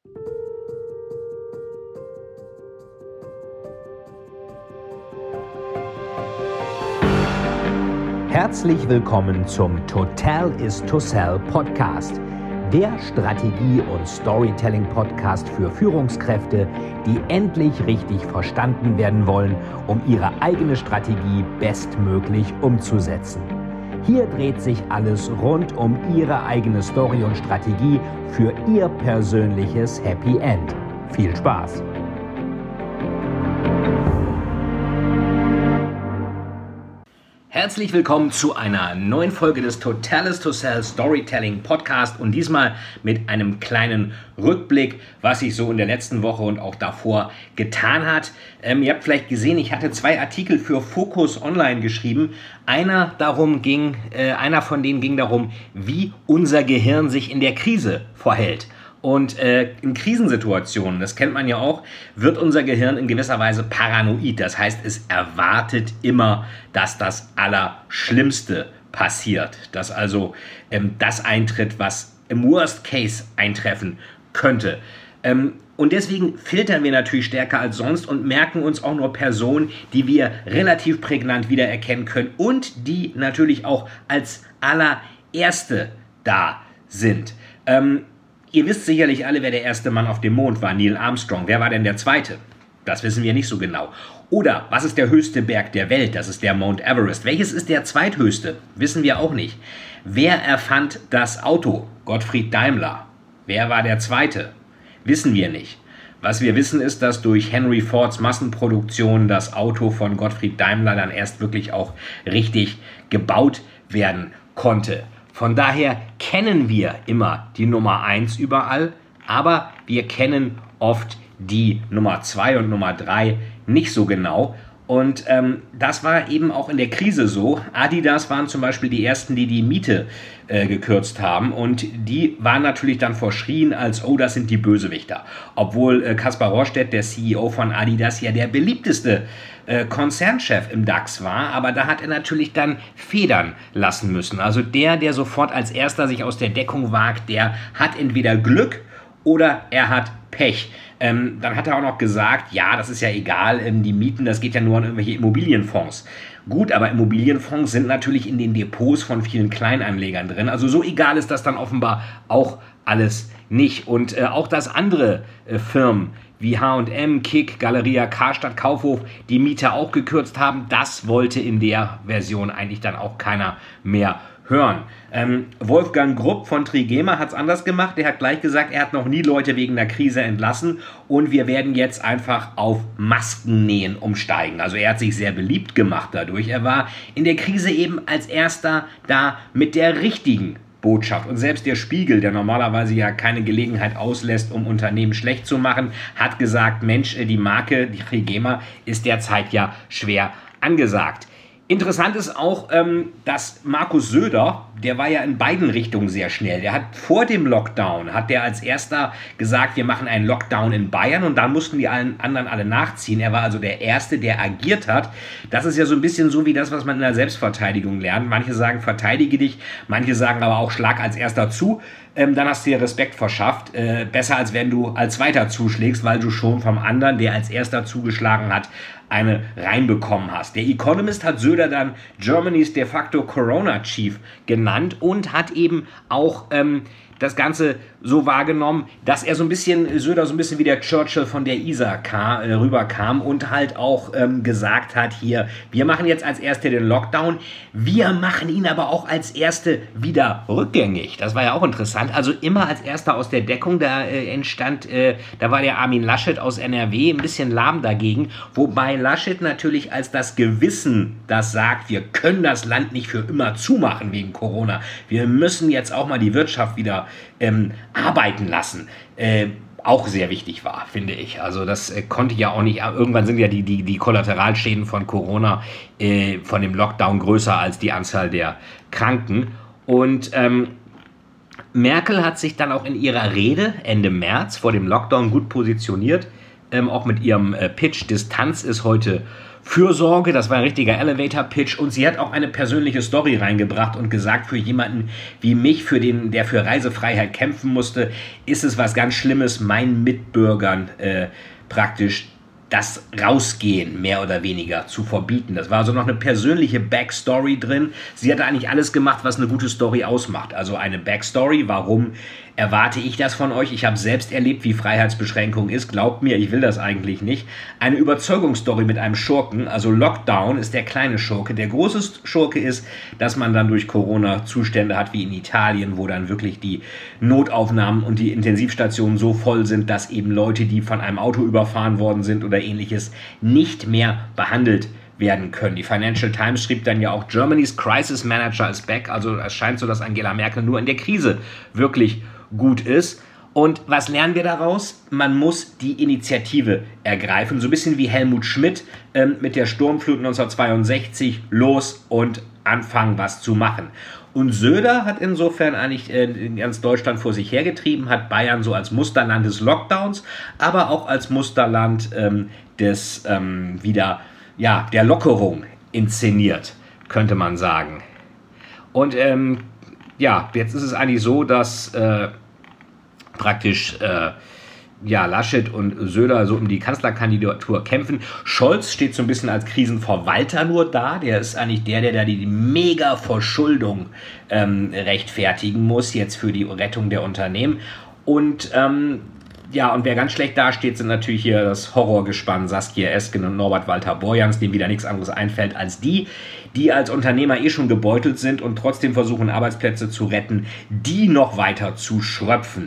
Herzlich willkommen zum Total is to Sell Podcast, der Strategie- und Storytelling-Podcast für Führungskräfte, die endlich richtig verstanden werden wollen, um ihre eigene Strategie bestmöglich umzusetzen. Hier dreht sich alles rund um Ihre eigene Story und Strategie für Ihr persönliches Happy End. Viel Spaß! Herzlich willkommen zu einer neuen Folge des Total is to Sell Storytelling Podcast und diesmal mit einem kleinen Rückblick, was sich so in der letzten Woche und auch davor getan hat. Ihr habt vielleicht gesehen, ich hatte 2 Artikel für Focus Online geschrieben. Einer von denen ging darum, wie unser Gehirn sich in der Krise verhält. Und in Krisensituationen, das kennt man ja auch, wird unser Gehirn in gewisser Weise paranoid. Das heißt, es erwartet immer, dass das Allerschlimmste passiert. Dass also das eintritt, was im Worst Case eintreffen könnte. Und deswegen filtern wir natürlich stärker als sonst und merken uns auch nur Personen, die wir relativ prägnant wiedererkennen können und die natürlich auch als allererste da sind. Ihr wisst sicherlich alle, wer der erste Mann auf dem Mond war, Neil Armstrong. Wer war denn der zweite? Das wissen wir nicht so genau. Oder was ist der höchste Berg der Welt? Das ist der Mount Everest. Welches ist der zweithöchste? Wissen wir auch nicht. Wer erfand das Auto? Gottfried Daimler. Wer war der zweite? Wissen wir nicht. Was wir wissen ist, dass durch Henry Fords Massenproduktion das Auto von Gottfried Daimler dann erst wirklich auch richtig gebaut werden konnte. Von daher kennen wir immer die Nummer 1 überall, aber wir kennen oft die Nummer 2 und Nummer 3 nicht so genau. Und das war eben auch in der Krise so. Adidas waren zum Beispiel die ersten, die die Miete gekürzt haben. Und die waren natürlich dann verschrien als, oh, das sind die Bösewichter. Obwohl Kaspar Rohrstedt, der CEO von Adidas, ja der beliebteste Konzernchef im DAX war. Aber da hat er natürlich dann federn lassen müssen. Also der sofort als erster sich aus der Deckung wagt, der hat entweder Glück oder er hat Pech. Dann hat er auch noch gesagt, ja, das ist ja egal, die Mieten, das geht ja nur an irgendwelche Immobilienfonds. Gut, aber Immobilienfonds sind natürlich in den Depots von vielen Kleinanlegern drin. Also so egal ist das dann offenbar auch alles nicht. Und auch dass andere Firmen wie H&M, Kick, Galeria, Karstadt, Kaufhof die Miete auch gekürzt haben, das wollte in der Version eigentlich dann auch keiner mehr hören. Wolfgang Grupp von Trigema hat es anders gemacht. Der hat gleich gesagt, er hat noch nie Leute wegen der Krise entlassen und wir werden jetzt einfach auf Maskennähen umsteigen. Also er hat sich sehr beliebt gemacht dadurch. Er war in der Krise eben als erster da mit der richtigen Botschaft. Und selbst der Spiegel, der normalerweise ja keine Gelegenheit auslässt, um Unternehmen schlecht zu machen, hat gesagt, Mensch, die Marke, die Trigema, ist derzeit ja schwer angesagt. Interessant ist auch, dass Markus Söder, der war ja in beiden Richtungen sehr schnell. Der hat vor dem Lockdown, hat der als erster gesagt, wir machen einen Lockdown in Bayern und dann mussten die anderen alle nachziehen. Er war also der Erste, der agiert hat. Das ist ja so ein bisschen so wie das, was man in der Selbstverteidigung lernt. Manche sagen, verteidige dich, manche sagen aber auch, schlag als Erster zu. Dann hast du dir Respekt verschafft. Besser, als wenn du als Zweiter zuschlägst, weil du schon vom anderen, der als Erster zugeschlagen hat, eine reinbekommen hast. Der Economist hat Söder dann Germany's de facto Corona-Chief genannt und hat eben auch das Ganze so wahrgenommen, dass er Söder so ein bisschen wie der Churchill von der Isar rüberkam und halt auch gesagt hat, hier, wir machen jetzt als Erste den Lockdown, wir machen ihn aber auch als Erste wieder rückgängig. Das war ja auch interessant. Also immer als Erster aus der Deckung, da war der Armin Laschet aus NRW ein bisschen lahm dagegen, wobei Laschet natürlich als das Gewissen das sagt, wir können das Land nicht für immer zumachen wegen Corona. Wir müssen jetzt auch mal die Wirtschaft wieder arbeiten lassen, auch sehr wichtig war, finde ich. Also das konnte ja auch nicht, irgendwann sind ja die Kollateralschäden von Corona, von dem Lockdown größer als die Anzahl der Kranken. Und Merkel hat sich dann auch in ihrer Rede Ende März vor dem Lockdown gut positioniert, auch mit ihrem Pitch, Distanz ist heute Fürsorge, das war ein richtiger Elevator-Pitch, und sie hat auch eine persönliche Story reingebracht und gesagt, für jemanden wie mich, der für Reisefreiheit kämpfen musste, ist es was ganz Schlimmes, meinen Mitbürgern praktisch das Rausgehen mehr oder weniger zu verbieten. Das war also noch eine persönliche Backstory drin. Sie hatte eigentlich alles gemacht, was eine gute Story ausmacht. Also eine Backstory, warum erwarte ich das von euch? Ich habe selbst erlebt, wie Freiheitsbeschränkung ist. Glaubt mir, ich will das eigentlich nicht. Eine Überzeugungsstory mit einem Schurken. Also Lockdown ist der kleine Schurke. Der große Schurke ist, dass man dann durch Corona Zustände hat wie in Italien, wo dann wirklich die Notaufnahmen und die Intensivstationen so voll sind, dass eben Leute, die von einem Auto überfahren worden sind oder Ähnliches, nicht mehr behandelt werden können. Die Financial Times schrieb dann ja auch, Germany's Crisis Manager is back. Also es scheint so, dass Angela Merkel nur in der Krise wirklich gut ist. Und was lernen wir daraus? Man muss die Initiative ergreifen. So ein bisschen wie Helmut Schmidt mit der Sturmflut 1962, los und anfangen, was zu machen. Und Söder hat insofern eigentlich in ganz Deutschland vor sich hergetrieben, hat Bayern so als Musterland des Lockdowns, aber auch als Musterland der Lockerung inszeniert, könnte man sagen. Und jetzt ist es eigentlich so, dass Laschet und Söder so um die Kanzlerkandidatur kämpfen. Scholz steht so ein bisschen als Krisenverwalter nur da. Der ist eigentlich der die Mega-Verschuldung rechtfertigen muss, jetzt für die Rettung der Unternehmen. Und wer ganz schlecht dasteht, sind natürlich hier das Horrorgespann Saskia Esken und Norbert Walter-Borjans, dem wieder nichts anderes einfällt als die als Unternehmer schon gebeutelt sind und trotzdem versuchen, Arbeitsplätze zu retten, die noch weiter zu schröpfen.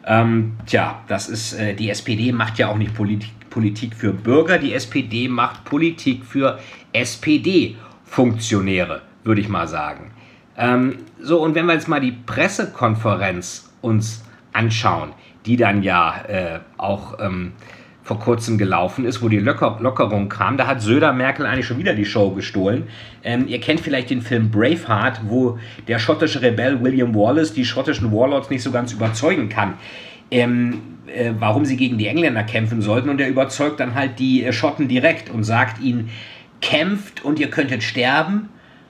Das ist, die SPD macht ja auch nicht Politik für Bürger, die SPD macht Politik für SPD-Funktionäre, würde ich mal sagen. Und wenn wir jetzt mal die Pressekonferenz uns anschauen, die dann auch vor kurzem gelaufen ist, wo die Lockerung kam, da hat Söder Merkel eigentlich schon wieder die Show gestohlen. Ihr kennt vielleicht den Film Braveheart, wo der schottische Rebell William Wallace die schottischen Warlords nicht so ganz überzeugen kann, warum sie gegen die Engländer kämpfen sollten. Und er überzeugt dann halt die Schotten direkt und sagt ihnen, kämpft und ihr könntet sterben,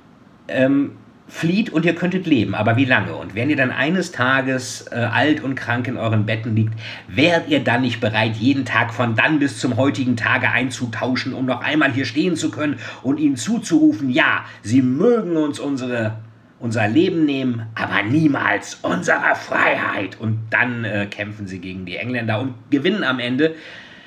flieht und ihr könntet leben, aber wie lange? Und wenn ihr dann eines Tages alt und krank in euren Betten liegt, wärt ihr dann nicht bereit, jeden Tag von dann bis zum heutigen Tage einzutauschen, um noch einmal hier stehen zu können und ihnen zuzurufen, ja, sie mögen uns unser Leben nehmen, aber niemals unsere Freiheit. Und dann kämpfen sie gegen die Engländer und gewinnen am Ende.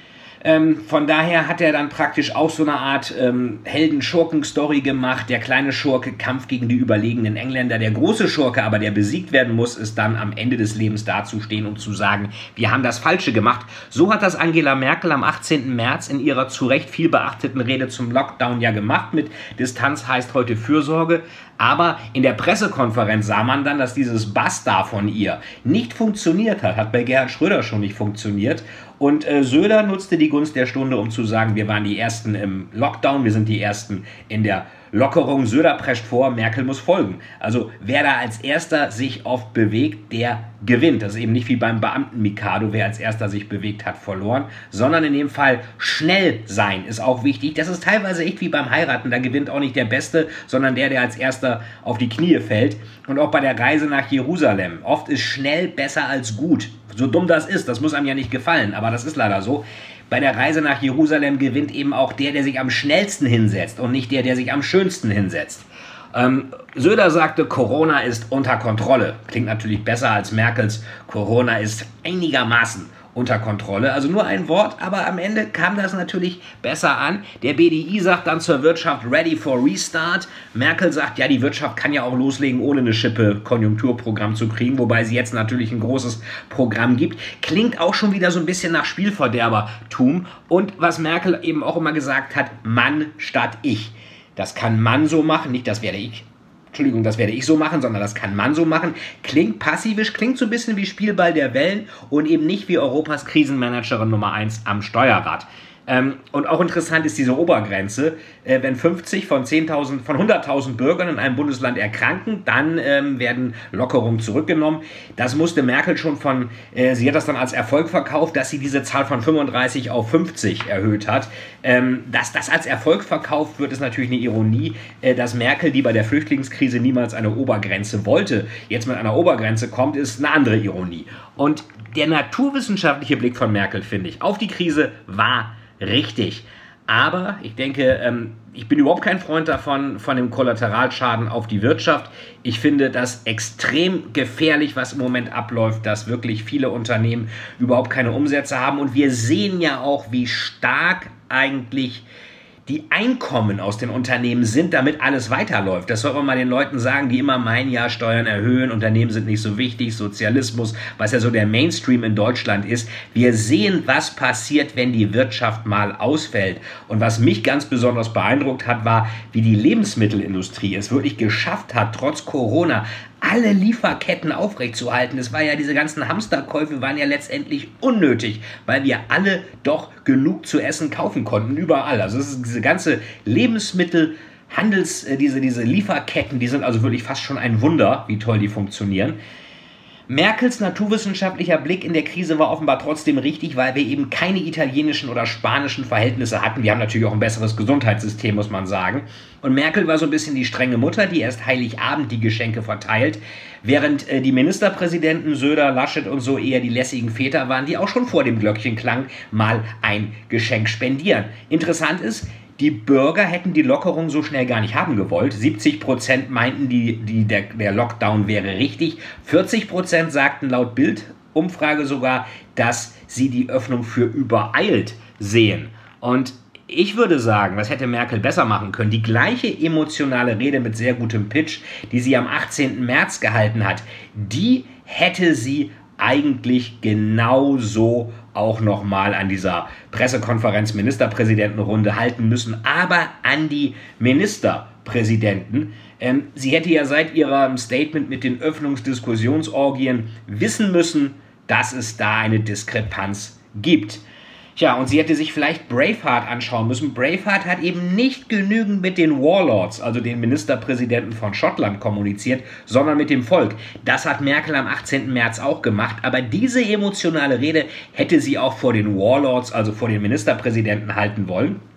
Von daher hat er dann praktisch auch so eine Art Helden-Schurken-Story gemacht. Der kleine Schurke, Kampf gegen die überlegenen Engländer. Der große Schurke aber, der besiegt werden muss, ist dann am Ende des Lebens dazustehen und zu sagen, wir haben das Falsche gemacht. So hat das Angela Merkel am 18. März in ihrer zu Recht viel beachteten Rede zum Lockdown ja gemacht. Mit Distanz heißt heute Fürsorge. Aber in der Pressekonferenz sah man dann, dass dieses Basta von ihr nicht funktioniert hat. Hat bei Gerhard Schröder schon nicht funktioniert. Und Söder nutzte die Gunst der Stunde, um zu sagen, wir waren die Ersten im Lockdown, wir sind die Ersten in der Lockerung. Söder prescht vor, Merkel muss folgen. Also wer da als Erster sich oft bewegt, der gewinnt. Das ist eben nicht wie beim Beamten-Mikado, wer als Erster sich bewegt hat, verloren, sondern in dem Fall schnell sein ist auch wichtig. Das ist teilweise echt wie beim Heiraten, da gewinnt auch nicht der Beste, sondern der als Erster auf die Knie fällt. Und auch bei der Reise nach Jerusalem. Oft ist schnell besser als gut. So dumm das ist, das muss einem ja nicht gefallen, aber das ist leider so. Bei der Reise nach Jerusalem gewinnt eben auch der sich am schnellsten hinsetzt und nicht der sich am schönsten hinsetzt. Söder sagte, Corona ist unter Kontrolle. Klingt natürlich besser als Merkels Corona ist einigermaßen unter Kontrolle. Also nur ein Wort, aber am Ende kam das natürlich besser an. Der BDI sagt dann zur Wirtschaft ready for restart. Merkel sagt, ja, die Wirtschaft kann ja auch loslegen, ohne eine Schippe Konjunkturprogramm zu kriegen, wobei sie jetzt natürlich ein großes Programm gibt. Klingt auch schon wieder so ein bisschen nach Spielverderbertum. Und was Merkel eben auch immer gesagt hat, Mann statt ich. Das kann man so machen, nicht das werde ich so machen, sondern das kann man so machen. Klingt passivisch, klingt so ein bisschen wie Spielball der Wellen und eben nicht wie Europas Krisenmanagerin Nummer 1 am Steuerrad. Und auch interessant ist diese Obergrenze. Wenn 50 von 100.000 Bürgern in einem Bundesland erkranken, dann werden Lockerungen zurückgenommen. Das musste Merkel schon sie hat das dann als Erfolg verkauft, dass sie diese Zahl von 35 auf 50 erhöht hat. Dass das als Erfolg verkauft wird, ist natürlich eine Ironie, dass Merkel, die bei der Flüchtlingskrise niemals eine Obergrenze wollte, jetzt mit einer Obergrenze kommt, ist eine andere Ironie. Und der naturwissenschaftliche Blick von Merkel, finde ich, auf die Krise war richtig. Aber ich denke, ich bin überhaupt kein Freund davon, von dem Kollateralschaden auf die Wirtschaft. Ich finde das extrem gefährlich, was im Moment abläuft, dass wirklich viele Unternehmen überhaupt keine Umsätze haben. Und wir sehen ja auch, wie stark eigentlich die Einkommen aus den Unternehmen sind, damit alles weiterläuft. Das soll man mal den Leuten sagen, die immer meinen, ja, Steuern erhöhen, Unternehmen sind nicht so wichtig, Sozialismus, was ja so der Mainstream in Deutschland ist. Wir sehen, was passiert, wenn die Wirtschaft mal ausfällt. Und was mich ganz besonders beeindruckt hat, war, wie die Lebensmittelindustrie es wirklich geschafft hat, trotz Corona alle Lieferketten aufrechtzuerhalten. Es war ja, diese ganzen Hamsterkäufe waren ja letztendlich unnötig, weil wir alle doch genug zu essen kaufen konnten, überall. Also es ist diese ganze diese Lieferketten, die sind also wirklich fast schon ein Wunder, wie toll die funktionieren. Merkels naturwissenschaftlicher Blick in der Krise war offenbar trotzdem richtig, weil wir eben keine italienischen oder spanischen Verhältnisse hatten. Wir haben natürlich auch ein besseres Gesundheitssystem, muss man sagen. Und Merkel war so ein bisschen die strenge Mutter, die erst Heiligabend die Geschenke verteilt, während die Ministerpräsidenten Söder, Laschet und so eher die lässigen Väter waren, die auch schon vor dem Glöckchenklang mal ein Geschenk spendieren. Interessant ist, die Bürger hätten die Lockerung so schnell gar nicht haben gewollt. 70% meinten, der Lockdown wäre richtig. 40% sagten laut Bild-Umfrage sogar, dass sie die Öffnung für übereilt sehen. Und ich würde sagen, was hätte Merkel besser machen können? Die gleiche emotionale Rede mit sehr gutem Pitch, die sie am 18. März gehalten hat, die hätte sie eigentlich genauso auch nochmal an dieser Pressekonferenz Ministerpräsidentenrunde halten müssen, aber an die Ministerpräsidenten. Sie hätte ja seit ihrem Statement mit den Öffnungsdiskussionsorgien wissen müssen, dass es da eine Diskrepanz gibt. Tja, und sie hätte sich vielleicht Braveheart anschauen müssen. Braveheart hat eben nicht genügend mit den Warlords, also den Ministerpräsidenten von Schottland, kommuniziert, sondern mit dem Volk. Das hat Merkel am 18. März auch gemacht. Aber diese emotionale Rede hätte sie auch vor den Warlords, also vor den Ministerpräsidenten, halten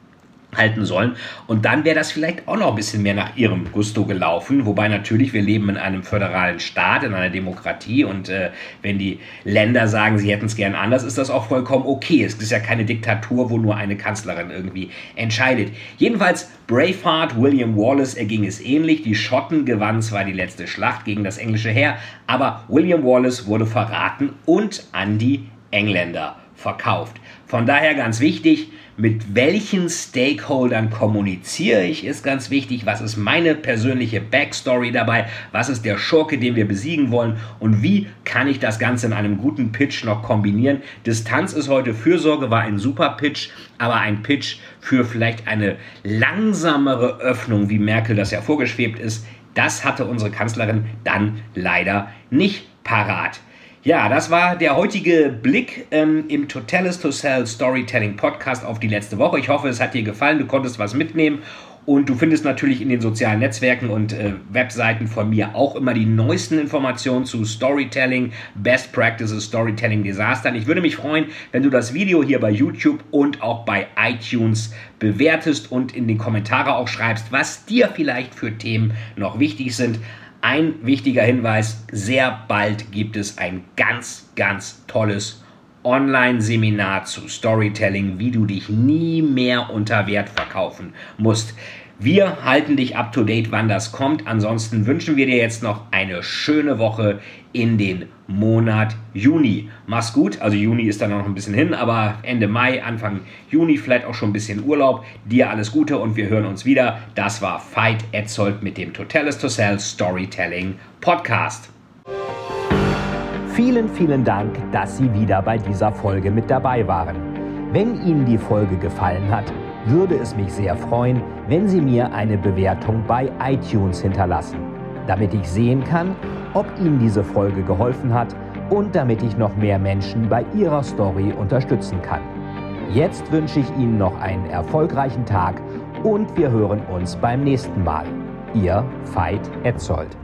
sollen. Und dann wäre das vielleicht auch noch ein bisschen mehr nach ihrem Gusto gelaufen. Wobei natürlich, wir leben in einem föderalen Staat, in einer Demokratie. Und wenn die Länder sagen, sie hätten es gern anders, ist das auch vollkommen okay. Es ist ja keine Diktatur, wo nur eine Kanzlerin irgendwie entscheidet. Jedenfalls Braveheart, William Wallace erging es ähnlich. Die Schotten gewannen zwar die letzte Schlacht gegen das englische Heer, aber William Wallace wurde verraten und an die Engländer verkauft. Von daher ganz wichtig, mit welchen Stakeholdern kommuniziere ich, ist ganz wichtig. Was ist meine persönliche Backstory dabei? Was ist der Schurke, den wir besiegen wollen? Und wie kann ich das Ganze in einem guten Pitch noch kombinieren? Distanz ist heute Fürsorge, war ein super Pitch, aber ein Pitch für vielleicht eine langsamere Öffnung, wie Merkel das ja vorgeschwebt ist, das hatte unsere Kanzlerin dann leider nicht parat. Ja, das war der heutige Blick im Totalis to Sell Storytelling Podcast auf die letzte Woche. Ich hoffe, es hat dir gefallen, du konntest was mitnehmen und du findest natürlich in den sozialen Netzwerken und Webseiten von mir auch immer die neuesten Informationen zu Storytelling, Best Practices, Storytelling, Desastern. Ich würde mich freuen, wenn du das Video hier bei YouTube und auch bei iTunes bewertest und in die Kommentare auch schreibst, was dir vielleicht für Themen noch wichtig sind. Ein wichtiger Hinweis, sehr bald gibt es ein ganz, ganz tolles Online-Seminar zu Storytelling, wie du dich nie mehr unter Wert verkaufen musst. Wir halten dich up to date, wann das kommt. Ansonsten wünschen wir dir jetzt noch eine schöne Woche in den Monat Juni. Mach's gut, also Juni ist dann noch ein bisschen hin, aber Ende Mai, Anfang Juni vielleicht auch schon ein bisschen Urlaub. Dir alles Gute und wir hören uns wieder. Das war Veit Etzold mit dem Totalis to Sell Storytelling Podcast. Vielen, vielen Dank, dass Sie wieder bei dieser Folge mit dabei waren. Wenn Ihnen die Folge gefallen hat, würde es mich sehr freuen, wenn Sie mir eine Bewertung bei iTunes hinterlassen, damit ich sehen kann, ob Ihnen diese Folge geholfen hat und damit ich noch mehr Menschen bei ihrer Story unterstützen kann. Jetzt wünsche ich Ihnen noch einen erfolgreichen Tag und wir hören uns beim nächsten Mal. Ihr Veit Etzold.